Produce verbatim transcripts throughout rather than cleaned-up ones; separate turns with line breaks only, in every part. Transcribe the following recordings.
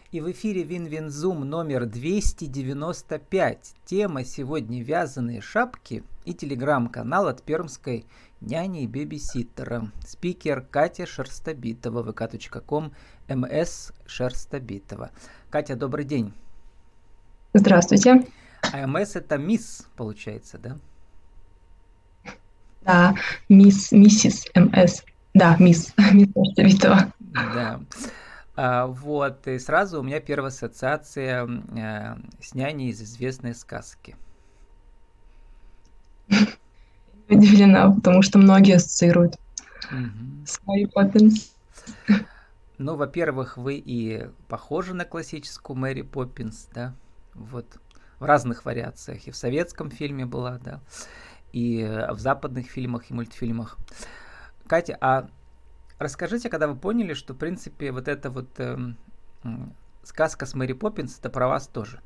И в эфире Винвинзум номер двести девяносто пять. Тема сегодня «Вязаные шапки» и телеграм-канал от пермской няни и бебиситтера. Спикер Катя Шерстобитова, вэ ка точка ком, эм эс Шерстобитова. Катя, добрый день.
Здравствуйте.
А эм эс это мисс, получается, да?
Да, мисс, миссис эм эс. Да, мисс, мисс Шерстобитова.
Да. А, вот, и сразу у меня первая ассоциация э, с няней из известной сказки.
Удивлена, потому что многие ассоциируют
Мгм.
с Мэри Поппинс.
Ну, во-первых, вы и похожи на классическую Мэри Поппинс, да, вот, в разных вариациях. И в советском фильме была, да, и в западных фильмах и мультфильмах. Катя, а расскажите, когда вы поняли, что, в принципе, вот эта вот э, сказка с Мэри Поппинс, это про вас тоже?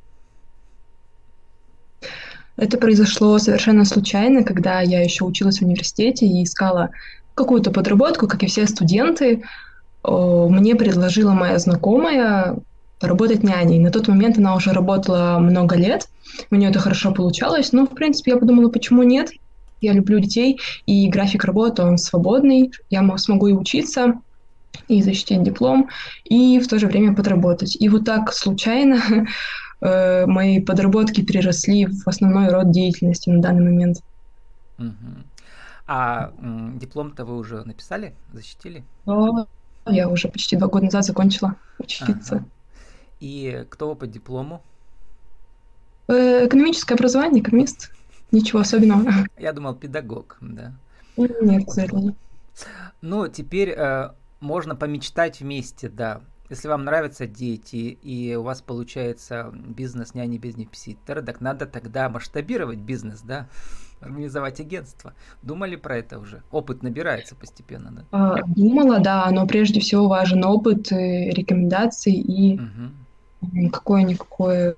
Это произошло совершенно случайно, когда я еще училась в университете и искала какую-то подработку, как и все студенты. Мне предложила моя знакомая работать няней. На тот момент она уже работала много лет, у нее это хорошо получалось, но, в принципе, я подумала, почему нет? Я люблю детей, и график работы, он свободный, я смогу и учиться, и защитить диплом, и в то же время подработать. И вот так случайно э, мои подработки переросли в основной род деятельности на данный момент.
Мгм. А м, диплом-то вы уже написали, защитили?
Но я уже почти два года назад закончила учиться.
Ага. И кто вы по диплому?
Э, экономическое образование, экономист. Ничего особенного.
Я думал, педагог, да.
Нет, к
Вот.
сожалению.
Ну, теперь э, можно помечтать вместе, да. Если вам нравятся дети и у вас получается бизнес няни без бибиситтера, так надо тогда масштабировать бизнес, да, организовать агентство. Думали про это уже? Опыт набирается постепенно, да?
А, Думала, да, но прежде всего важен опыт, э, рекомендации и
Мгм.
м, какое-никакое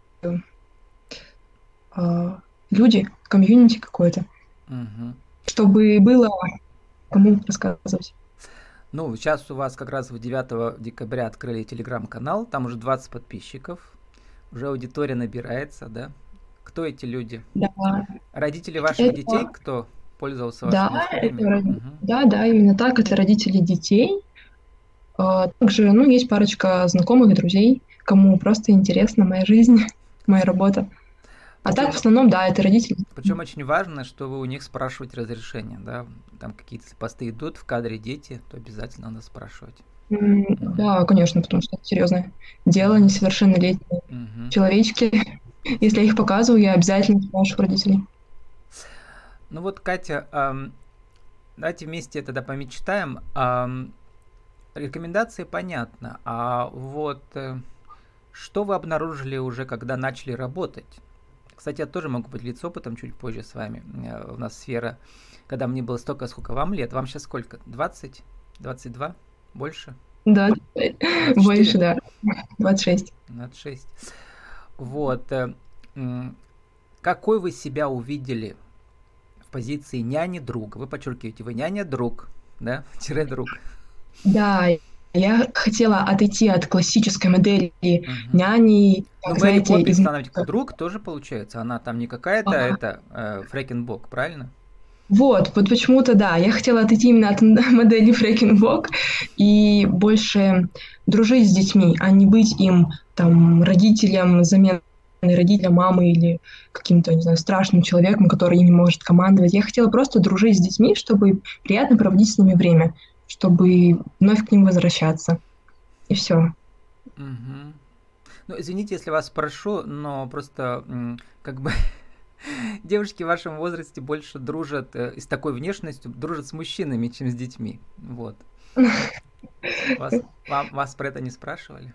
а, люди, комьюнити какое-то,
Мгм.
чтобы было кому рассказывать.
Ну, сейчас у вас как раз в девятого декабря открыли телеграм-канал, там уже двадцать подписчиков, уже аудитория набирается, да? Кто эти люди?
Да,
Родители ваших детей,
это,
кто пользовался вашими
да, это,
услугами?
ро-
Мгм.
да, да, именно так, это родители детей. А, также, ну, есть парочка знакомых, друзей, кому просто интересна моя жизнь, моя работа. А так, в
Причем,
основном, да, это родители.
причем очень важно, что вы у них спрашиваете разрешение, да? Там какие-то посты идут, в кадре дети, то обязательно надо спрашивать.
М,
Мгм.
Да, конечно, потому что это серьезное дело,
Мгм.
несовершеннолетние
Мгм.
человечки. Если я их показываю, я обязательно спрашиваю родителей.
Ну вот, Катя, ам, давайте вместе тогда помечтаем. Ам, рекомендации понятно, а вот э, что вы обнаружили уже, когда начали работать? Кстати, я тоже могу поделиться опытом чуть позже с вами. Э, У нас сфера, когда мне было столько, сколько вам лет. Вам сейчас сколько? двадцать? двадцать два? Больше?
Да,
двадцать четыре?
больше, да, двадцать шесть.
двадцать шесть. Вот. э, м, Какой вы себя увидели в позиции няни-друга? Вы подчеркиваете, вы няня-друг, да? Тире-друг.
Да, я хотела отойти от классической модели
Мгм.
няни,
Ну,
как,
Мэри
знаете, из
Поппинс, она ведь
мультика.
друг тоже получается. Она там не какая-то,
А,
это, э, Фрэкенбок, правильно?
Вот, вот почему-то, да, я хотела отойти именно от модели Фрэкенбок и больше дружить с детьми, а не быть им там родителем, заменой родителя, мамы или каким-то, не знаю, страшным человеком, который ими может командовать. Я хотела просто дружить с детьми, чтобы приятно проводить с ними время, чтобы вновь к ним возвращаться. И все.
Мгм. Ну, извините, если вас спрошу, но просто м, как бы девушки в вашем возрасте больше дружат э, и с такой внешностью, дружат с мужчинами, чем с детьми. Вот. Вас, вам, вас про это не спрашивали?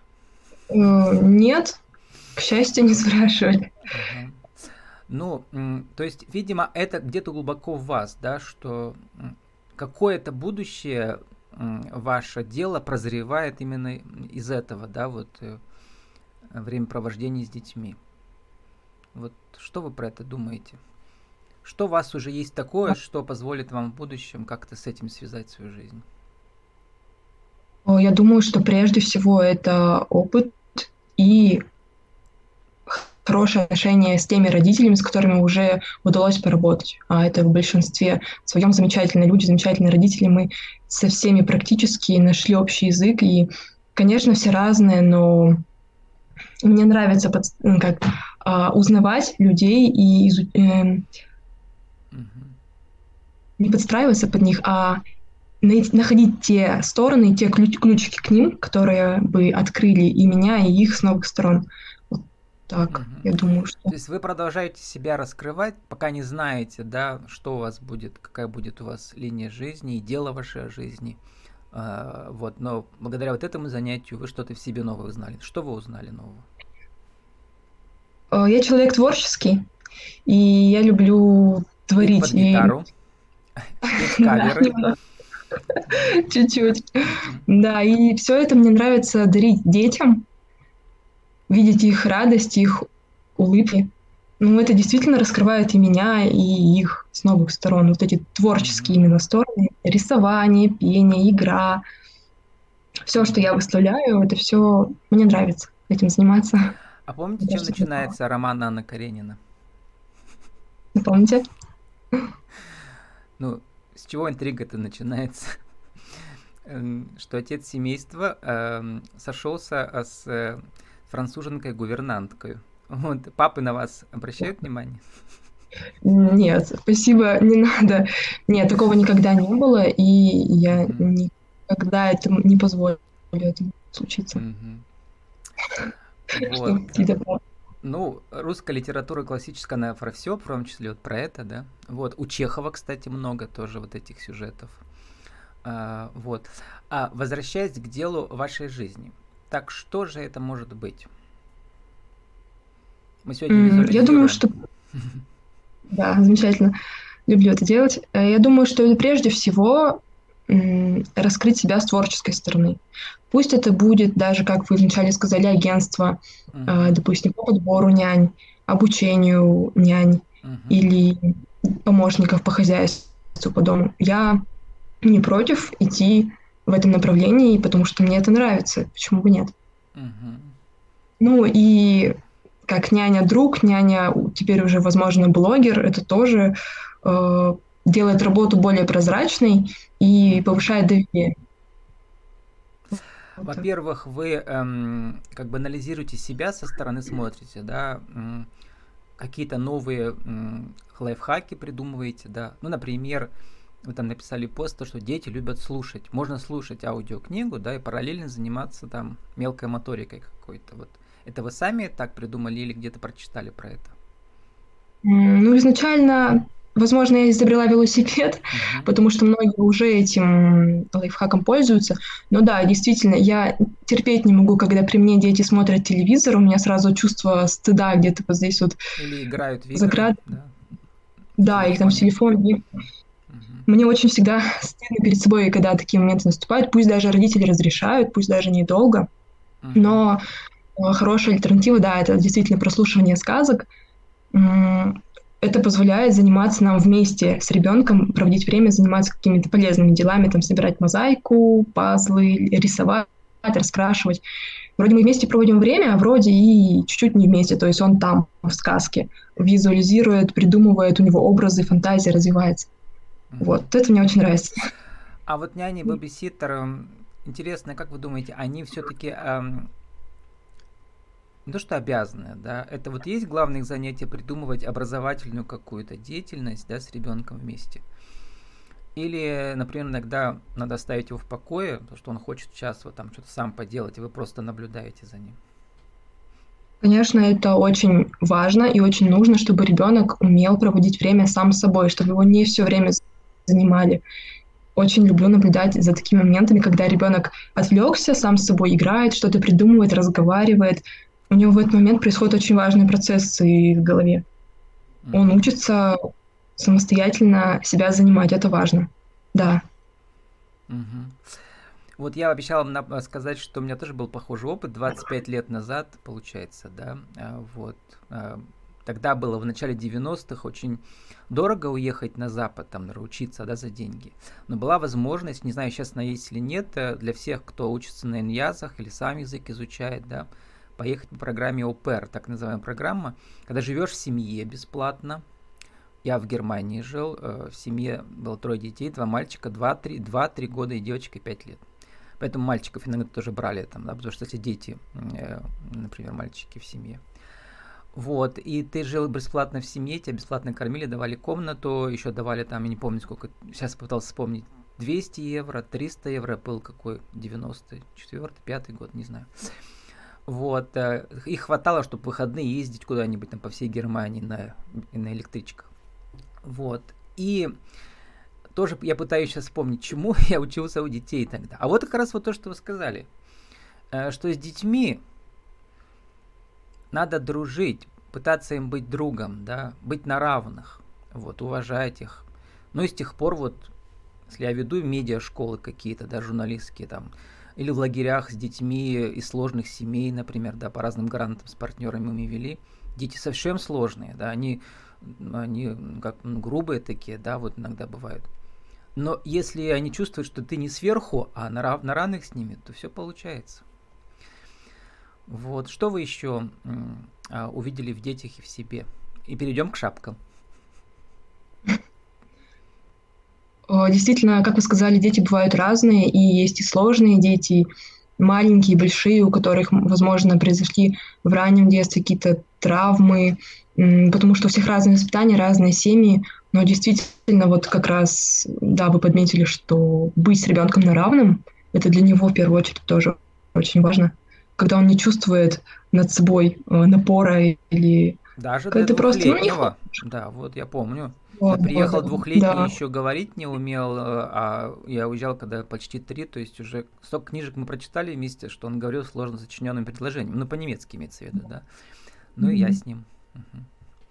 Нет, к счастью, не спрашивали.
Ага. Ну, м, то есть, видимо, это где-то глубоко в вас, да, что м, какое-то будущее м, ваше дело прозревает именно из этого, да, вот э, времяпровождения с детьми. Вот что вы про это думаете? Что у вас уже есть такое, что позволит вам в будущем как-то с этим связать свою жизнь?
О, Я думаю, что прежде всего это опыт и хорошее отношение с теми родителями, с которыми уже удалось поработать. А это в большинстве своем замечательные люди, замечательные родители. Мы со всеми практически нашли общий язык. И, конечно, все разные, но мне нравится под, как, а, узнавать людей и изу, э,
Мгм.
не подстраиваться под них, а найти- находить те стороны, те ключ- ключики к ним, которые бы открыли и меня, и их с новых сторон. Вот так,
Мгм.
я думаю, что...
То есть вы продолжаете себя раскрывать, пока не знаете, да, что у вас будет, какая будет у вас линия жизни и дело вашей жизни. А, вот, но благодаря вот этому занятию вы что-то в себе новое узнали. Что вы узнали нового?
Э, Я человек творческий, и я люблю
Петь
творить,
под
и
гитару, петь
да,
каверы.
немного,
Мгм.
чуть-чуть.
Мгм.
Да, и все это мне нравится дарить детям, видеть их радость, их улыбки. Ну, это действительно раскрывает и меня, и их с новых сторон. Вот эти творческие
Мгм.
именно стороны. Рисование, пение, игра. Все, что я
Мгм.
выставляю, это все мне нравится этим заниматься.
А помните,
Мне
чем
кажется, это здорово.
начинается роман Анны Каренина?
Вы помните?
Ну, с чего интрига-то начинается? Эм, Что отец семейства эм, сошелся а, с э, француженкой-гувернанткой. Вот, папы на вас обращают внимание?
Нет, спасибо, не надо. Нет, такого никогда не было, и я
Мгм.
никогда этому не позволю этому случиться.
Мгм.
Что
Вот.
какие-то прям-
Ну, русская литература классическая, она про все, в том числе вот про это, да. Вот. У Чехова, кстати, много тоже вот этих сюжетов. А, вот. А возвращаясь к делу вашей жизни. Так что же это может быть? Мы сегодня
М, Я думаю,
визуализируем.
что да, замечательно. Люблю это делать. Э, Я думаю, что это прежде всего м, раскрыть себя с творческой стороны. Пусть это будет даже, как вы вначале сказали, агентство, э,
Мгм.
допустим, по подбору нянь, обучению нянь
Мгм.
или помощников по хозяйству по дому. Я не против идти в этом направлении, потому что мне это нравится. Почему бы нет?
Мгм.
Ну и как няня-друг, няня теперь уже, возможно, блогер, это тоже э, делает работу более прозрачной и
Мгм.
повышает доверие. Вот так.
Во-первых, вы эм, как бы анализируете себя со стороны, смотрите, да, м, какие-то новые м, лайфхаки придумываете, да. Ну, например, вы там написали пост, то, что дети любят слушать. Можно слушать аудиокнигу, да, и параллельно заниматься там мелкой моторикой какой-то. Вот. Это вы сами так придумали или где-то прочитали про это?
М, Ну, изначально, возможно, я изобрела велосипед,
Мгм.
потому что многие уже этим лайфхаком пользуются. Но да, действительно, я терпеть не могу, когда при мне дети смотрят телевизор, у меня сразу чувство стыда где-то вот здесь вот
Или играют в игры,
закрадывается.
да, в
Да, их там в
телефоне.
телефон.
Мгм.
Мне очень всегда стыдно перед собой, когда такие моменты наступают. Пусть даже родители разрешают, пусть даже недолго,
Мгм.
но э, хорошая альтернатива, да, это действительно прослушивание сказок. М, Это позволяет заниматься нам вместе с ребенком, проводить время, заниматься какими-то полезными делами, там, собирать мозаику, пазлы, рисовать, раскрашивать. Вроде мы вместе проводим время, а вроде и чуть-чуть не вместе. То есть он там, в сказке, визуализирует, придумывает, у него образы, фантазия развивается.
Мгм.
Вот, это мне очень нравится.
А вот няни, бэбиситер, м, интересно, как вы думаете, они все-таки не то что обязаны, да, это вот есть главное их занятие придумывать образовательную какую-то деятельность, да, с ребенком вместе. Или, например, иногда надо оставить его в покое, потому что он хочет сейчас вот там что-то сам поделать, и вы просто наблюдаете за ним.
Конечно, это очень важно и очень нужно, чтобы ребенок умел проводить время сам с собой, чтобы его не все время занимали. Очень люблю наблюдать за такими моментами, когда ребенок отвлекся, сам с собой играет, что-то придумывает, разговаривает. У него в этот момент происходят очень важные процессы в голове. Он
Мгм.
учится самостоятельно себя занимать, это важно. Да.
Мгм. Вот я обещал на- сказать, что у меня тоже был похожий опыт двадцать пять лет назад, получается, да, а, вот. а, Тогда было в начале девяностых очень дорого уехать на Запад, там, наверное, учиться, да, за деньги. Но была возможность, не знаю, сейчас она есть или нет, э, для всех, кто учится на иньязах или сам язык изучает, да, поехать по программе au pair, так называемая программа, когда живешь в семье бесплатно. Я в Германии жил, в семье было трое детей, два мальчика, два-три года и девочка пять лет. Поэтому мальчиков иногда тоже брали там, да, потому что если дети, например, мальчики в семье. Вот, и ты жил бесплатно в семье, тебя бесплатно кормили, давали комнату, еще давали там, я не помню сколько, сейчас пытался вспомнить, двести евро, триста евро, был какой, девяносто четвёртый, пятый год, не знаю. Вот, их хватало, чтобы в выходные ездить куда-нибудь там по всей Германии на, на электричках. Вот, и тоже я пытаюсь сейчас вспомнить, чему я учился у детей тогда. А вот как раз вот то, что вы сказали, что с детьми надо дружить, пытаться им быть другом, да, быть на равных, вот, уважать их. Ну и с тех пор вот, если я веду медиашколы какие-то, да, журналистские там, или в лагерях с детьми из сложных семей, например, да, по разным грантам с партнерами мы вели, дети совсем сложные, да, они, они как ну, грубые такие, да, вот иногда бывают. Но если они чувствуют, что ты не сверху, а на, рав- на равных с ними, то все получается. Вот, что вы еще м, а, увидели в детях и в себе? И перейдем к шапкам.
Действительно, как вы сказали, дети бывают разные, и есть и сложные дети, маленькие, большие, у которых, возможно, произошли в раннем детстве какие-то травмы, потому что у всех разные воспитания, разные семьи, но действительно, вот как раз, да, вы подметили, что быть с ребенком на равном, это для него в первую очередь тоже очень важно, когда он не чувствует над собой напора или...
Даже для двухлетнего, ну, да, вот я помню. Вот, я приехал вот, двухлетний, да. Еще говорить не умел, а я уезжал, когда почти три, то есть уже столько книжек мы прочитали вместе, что он говорил сложно сочиненным предложением, ну, по-немецки имеется в виду, да. Ну, mm-hmm. и я с ним. Угу.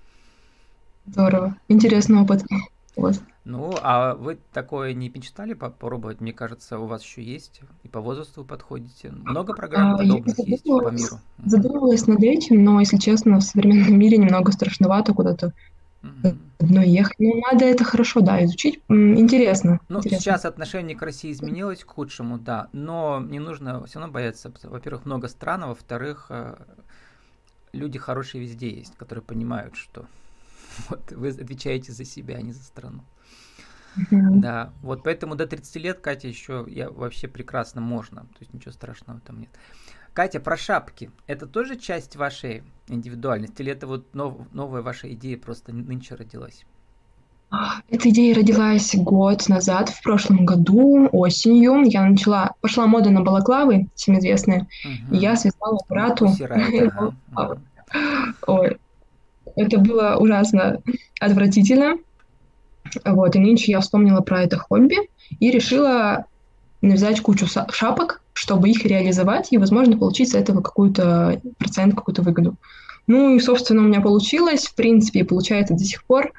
Здорово, интересный опыт. Вот.
Ну, а вы такое не мечтали попробовать? Мне кажется, у вас еще есть, и по возрасту вы подходите. Много программ а, подобных есть по миру?
Задумывалась над этим, но, если честно, в современном мире немного страшновато куда-то mm-hmm. одной ехать. Ну, надо это хорошо, да, изучить. Интересно.
Ну,
интересно.
Сейчас отношение к России изменилось к худшему, да, но не нужно все равно бояться. Во-первых, много стран, а во-вторых, люди хорошие везде есть, которые понимают, что вот, вы отвечаете за себя, а не за страну. Mm-hmm. Да, вот поэтому до тридцати лет, Катя, еще я вообще прекрасно можно, то есть ничего страшного там нет. Катя, про шапки, это тоже часть вашей индивидуальности, или это вот нов, новая ваша идея просто нынче родилась?
Эта идея родилась год назад, в прошлом году, осенью. Я начала, пошла мода на балаклавы, всем известные, mm-hmm. и я связала брату.
Ага. Mm-hmm.
Ой, это было ужасно отвратительно. Вот, и нынче я вспомнила про это хобби и решила навязать кучу шапок, чтобы их реализовать и, возможно, получить с этого какую-то процент, какую-то выгоду. Ну и, собственно, у меня получилось. В принципе, получается до сих пор.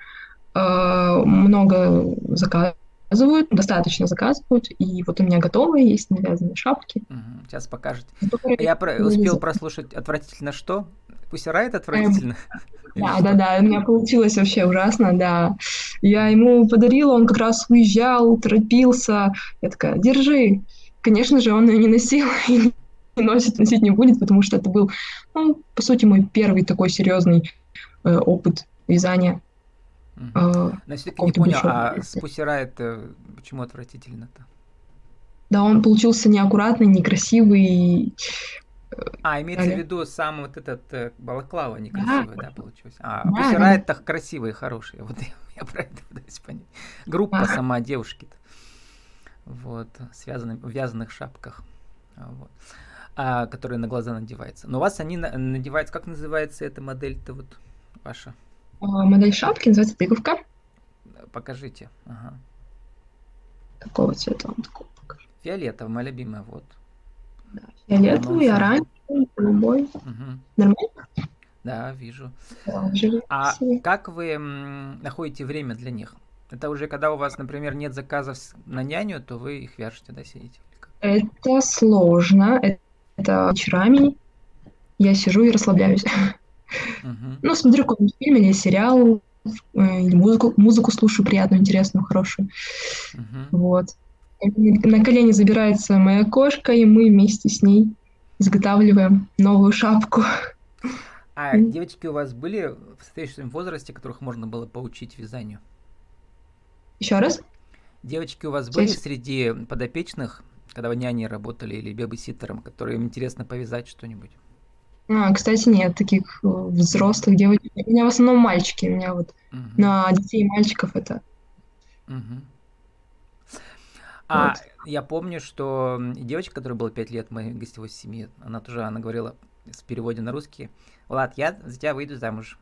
Э, много заказывают, достаточно заказывают. И вот у меня готовые есть навязанные шапки.
Угу, сейчас покажете. Я про- успел прослушать «Отвратительно что?» Пусирает отвратительно?
Да, да, да, у меня получилось вообще ужасно, да. Я ему подарила, он как раз уезжал, торопился. Я такая, держи. Конечно же, он ее не носил и не носит, носить не будет, потому что это был, ну, по сути, мой первый такой серьезный э, опыт вязания.
Mm-hmm. Э, Но все-таки не понял, а с Пусирает почему отвратительно-то?
Да, он получился неаккуратный, некрасивый.
А, имеется в виду сам вот этот э, балаклава некрасивый, да, да получилось? А, да, Пусирает так да. красивый и хороший. Вот я, я про это пытаюсь понять. Группа а. сама девушки-то. Вот, связаны в вязаных шапках. Вот. А, которые на глаза надеваются. Но у вас они на, надеваются, как называется эта модель-то вот ваша?
А, модель шапки называется тыковка.
Покажите. Ага.
Какого цвета он такой? Покажу.
Фиолетовый, моя любимая, вот.
Да, фиолетовый, оранжевый, голубой.
Угу.
Нормально?
Да, вижу.
Оранжевый.
А как вы м, находите время для них? Это уже когда у вас, например, нет заказов на няню, то вы их вяжете, да, сидите?
Это сложно. Это вечерами я сижу и расслабляюсь. Uh-huh. Ну, смотрю какой-нибудь фильм или сериал, или музыку, музыку слушаю приятную, интересную, хорошую. Uh-huh. Вот. На колени забирается моя кошка, и мы вместе с ней изготавливаем новую шапку.
А девочки у вас были в соответствующем возрасте, которых можно было поучить вязанию?
Еще раз?
Девочки у вас были среди подопечных, когда вы няней работали или бэбиситером, которые им интересно повязать что-нибудь?
А, кстати, нет таких взрослых девочек. У меня в основном мальчики. У меня вот угу. на детей и мальчиков это.
Угу. А вот. Я помню, что девочка, которая была пять лет в моей гостевой семье, она тоже, она говорила в переводе на русский: Влад, я за тебя выйду замуж.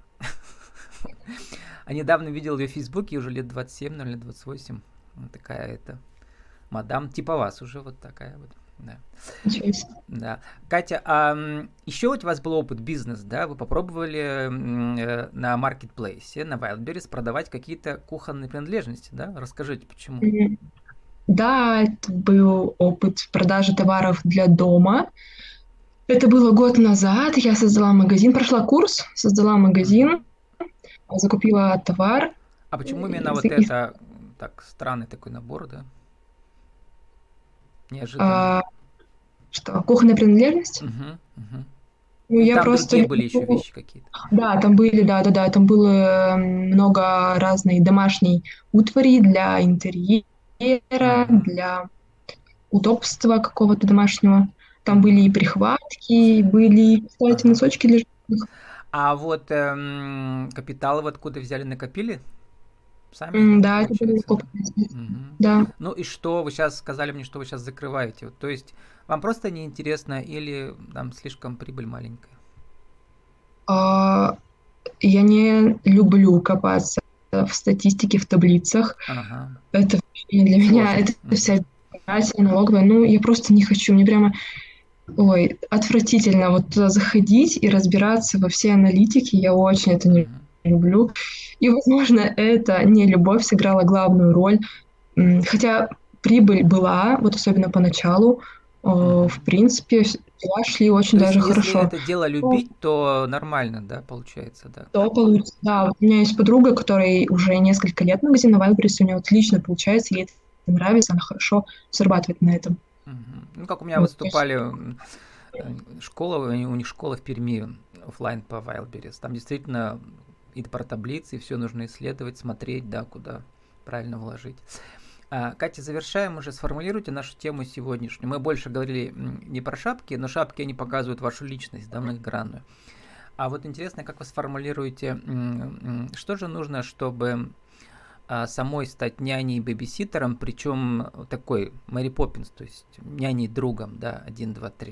А недавно видел ее в Фейсбуке, уже лет двадцать семь, наверное, двадцать восемь. Такая это мадам, типа вас уже вот такая вот. Да. Да. Катя, а еще у вас был опыт бизнес, да? Вы попробовали на маркетплейсе, на Wildberries продавать какие-то кухонные принадлежности, да? Расскажите, почему?
Да, это был опыт продажи товаров для дома. Это было год назад. Я создала магазин, прошла курс, создала магазин, закупила товар.
А почему именно вот это так странный такой набор, да? Неожиданно.
А, что, кухонная принадлежность?
Угу, угу.
Ну, я
там
просто...
другие были еще вещи какие-то.
Да, там были, да-да-да, там было много разной домашней утвари для интерьера, uh-huh. для удобства какого-то домашнего. Там были и прихватки, были, кстати, uh-huh. носочки для животных.
А вот эм, капитал вы откуда взяли, накопили? Сами?
Mm, да, это было да?
Угу.
Да.
Ну и что вы сейчас сказали мне, что вы сейчас закрываете? Вот, то есть вам просто неинтересно или там слишком прибыль маленькая?
А, я не люблю копаться в статистике, в таблицах. Ага. Это для Сложно. меня, это mm. вся бюрократия налоговая. Ну, я просто не хочу. Мне прямо, ой, отвратительно вот туда заходить и разбираться во всей аналитике. Я очень это не mm-hmm. люблю. И, возможно, это не любовь сыграла главную роль. Хотя прибыль была, вот особенно поначалу, mm-hmm. в принципе, дела шли очень
то
даже
есть,
хорошо.
Если это дело любить, то нормально, да, получается, да?
То получится, да. У меня есть подруга, которой уже несколько лет магазин на Wildberries, у нее отлично получается, ей это нравится, она хорошо зарабатывает на этом.
Mm-hmm. Ну, как у меня вот, выступали школа, у них школа в Перми, офлайн по Wildberries. Там действительно и про таблицы, и все нужно исследовать, смотреть, да, куда правильно вложить. А, Катя, завершаем уже, сформулируйте нашу тему сегодняшнюю. Мы больше говорили не про шапки, но шапки, они показывают вашу личность, да, многогранную. А вот интересно, как вы сформулируете, что же нужно, чтобы самой стать няней и бэбиситером, причем такой Мэри Поппинс, то есть няней другом, да, один, два, три.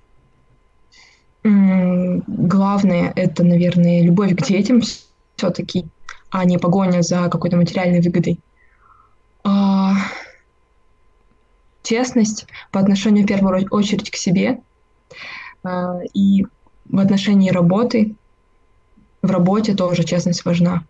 Главное, это, наверное, любовь к детям все-таки, а не погоня за какой-то материальной выгодой. А, честность по отношению в первую очередь к себе а, и в отношении работы. В работе тоже честность важна.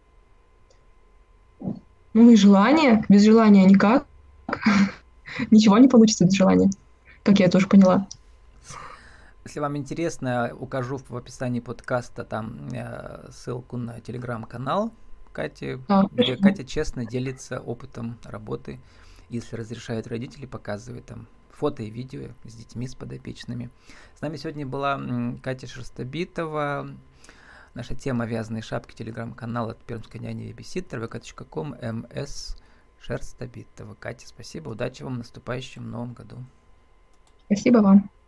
Ну и желание. Без желания никак. Ничего не получится без желания, как я тоже поняла.
Если вам интересно, укажу в описании подкаста там э, ссылку на телеграм-канал Кати, а, где Катя честно делится опытом работы, если разрешают родители, показывает там фото и видео с детьми, с подопечными. С нами сегодня была Катя Шерстобитова. Наша тема «Вязаные шапки», телеграм-канал от Пермской няни и бэбиситер, вэ ка точка ком, эм эс Шерстобитова. Катя, спасибо, удачи вам в наступающем новом году.
Спасибо вам.